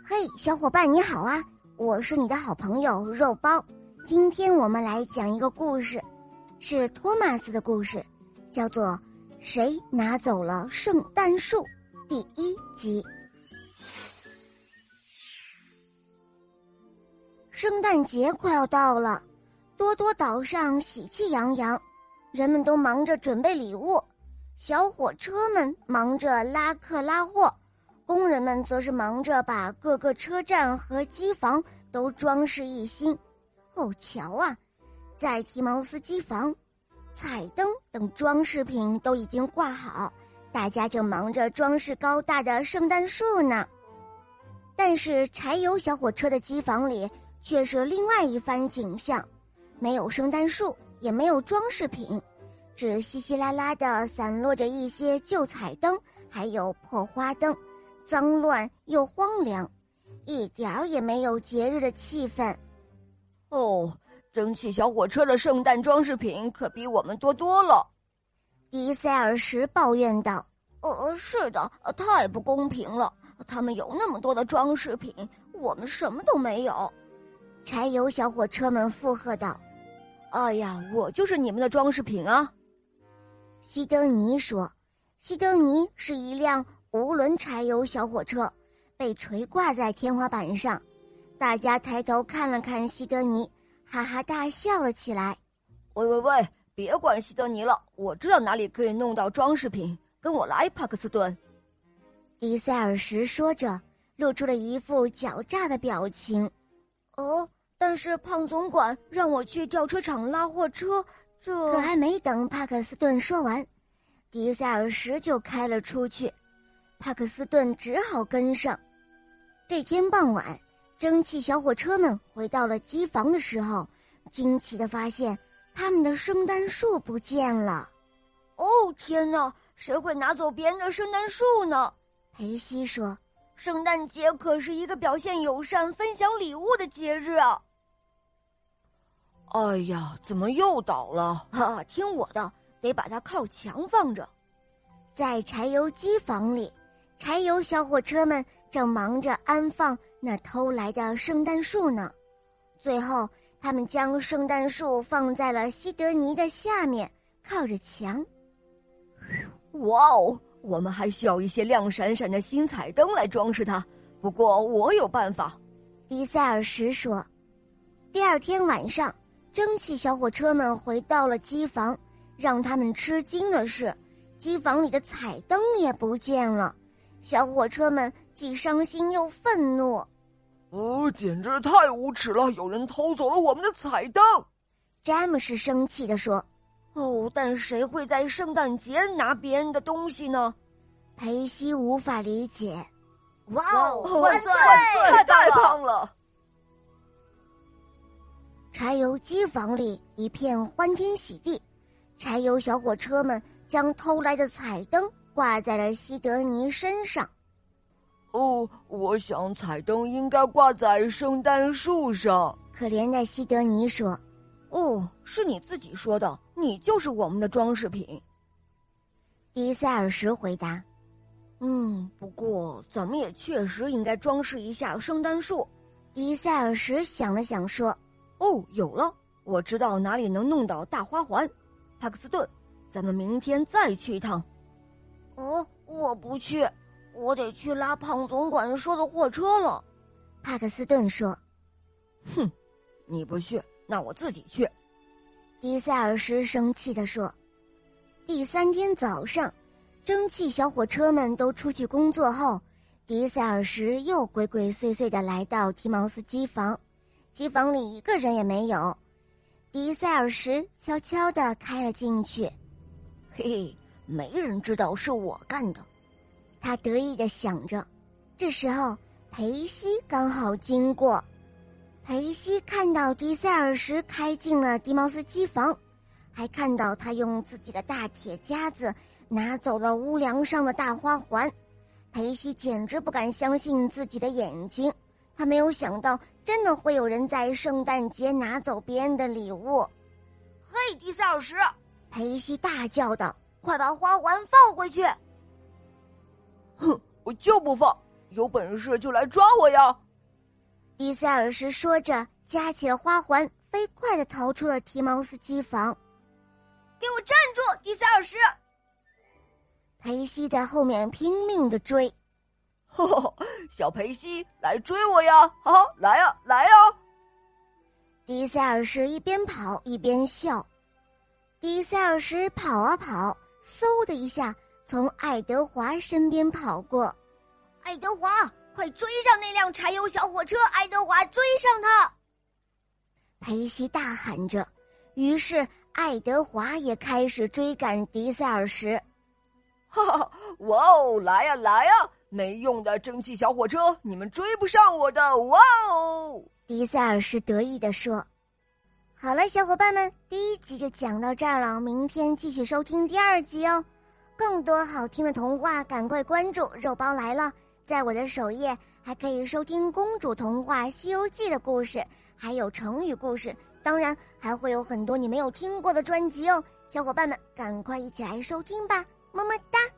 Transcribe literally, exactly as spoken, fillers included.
嘿，小伙伴你好啊，我是你的好朋友肉包。今天我们来讲一个故事，是托马斯的故事，叫做《谁拿走了圣诞树》第一集。圣诞节快要到了，多多岛上喜气洋洋，人们都忙着准备礼物，小火车们忙着拉客拉货，工人们则是忙着把各个车站和机房都装饰一新。哦，瞧啊，在提茅斯机房，彩灯等装饰品都已经挂好，大家正忙着装饰高大的圣诞树呢。但是柴油小火车的机房里却是另外一番景象，没有圣诞树，也没有装饰品，只稀稀拉拉地散落着一些旧彩灯，还有破花灯，脏乱又荒凉，一点儿也没有节日的气氛。 哦，蒸汽小火车的圣诞装饰品可比我们多多了。 迪塞尔什抱怨道：呃，是的，太不公平了，他们有那么多的装饰品，我们什么都没有。柴油小火车们附和道： 哎呀，我就是你们的装饰品啊。 西德尼说，西德尼是一辆无轮柴油小火车，被垂挂在天花板上。大家抬头看了看西德尼，哈哈大笑了起来。 喂喂喂，别管西德尼了，我知道哪里可以弄到装饰品，跟我来，帕克斯顿。 迪塞尔什说着，露出了一副狡诈的表情。哦，但是胖总管让我去吊车厂拉货车，这可还没等帕克斯顿说完，迪塞尔什就开了出去，帕克斯顿只好跟上。这天傍晚，蒸汽小火车们回到了机房的时候，惊奇地发现他们的圣诞树不见了。 哦，天哪，谁会拿走别人的圣诞树呢？ 裴西说， 圣诞节可是一个表现友善、分享礼物的节日啊。哎呀，怎么又倒了？ 啊，听我的，得把它靠墙放着。在柴油机房里，柴油小火车们正忙着安放那偷来的圣诞树呢。最后，他们将圣诞树放在了西德尼的下面，靠着墙。 哇哦，我们还需要一些亮闪闪的新彩灯来装饰它，不过我有办法。 迪塞尔什说。第二天晚上，蒸汽小火车们回到了机房，让他们吃惊的是，机房里的彩灯也不见了。小火车们既伤心又愤怒。 哦，简直太无耻了，有人偷走了我们的彩灯。 詹姆士生气地说。 哦，但谁会在圣诞节拿别人的东西呢？ 裴西无法理解。 哇哦，万岁万岁，太棒了！ 柴油机房里一片欢天喜地，柴油小火车们将偷来的彩灯挂在了西德尼身上。 哦，我想彩灯应该挂在圣诞树上。 可怜的西德尼说。 哦，是你自己说的，你就是我们的装饰品。 迪塞尔什回答。 嗯，不过咱们也确实应该装饰一下圣诞树。 迪塞尔什想了想说。 哦，有了，我知道哪里能弄到大花环。帕克斯顿，咱们明天再去一趟。 哦，我不去，我得去拉胖总管说的货车了。帕克斯顿说。 哼，你不去，那我自己去。 迪塞尔什生气地说。第三天早上，蒸汽小火车们都出去工作后，迪塞尔什又鬼鬼祟祟地来到提茅斯机房。机房里一个人也没有，迪塞尔什悄悄地开了进去。 嘿嘿，没人知道是我干的， 他得意地想着。这时候，裴西刚好经过。裴西看到迪塞尔什开进了迪茅斯机房，还看到他用自己的大铁夹子拿走了屋梁上的大花环。裴西简直不敢相信自己的眼睛。他没有想到，真的会有人在圣诞节拿走别人的礼物。 嘿，迪塞尔什！ 裴西大叫道：“ 快把花环放回去！”哼，我就不放！ 有本事就来抓我呀！ 迪塞尔什说着，夹起了花环，飞快地逃出了提毛斯机房。 给我站住，迪塞尔什！ 裴西在后面拼命地追。 呵呵，小裴西，来追我呀！好，来呀，来呀！ 迪塞尔什一边跑一边笑。迪塞尔什跑啊跑，嗖的一下从爱德华身边跑过。 爱德华，快追上那辆柴油小火车！爱德华，追上它！ 裴西大喊着，于是爱德华也开始追赶迪塞尔什。 哈哈，哇哦，来呀来呀！没用的蒸汽小火车，你们追不上我的！哇哦！ 迪塞尔什得意地说。好了，小伙伴们，第一集就讲到这儿了，明天继续收听第二集哦。更多好听的童话，赶快关注肉包来了。在我的首页还可以收听公主童话《西游记》的故事，还有成语故事，当然还会有很多你没有听过的专辑哦。小伙伴们，赶快一起来收听吧，么么哒。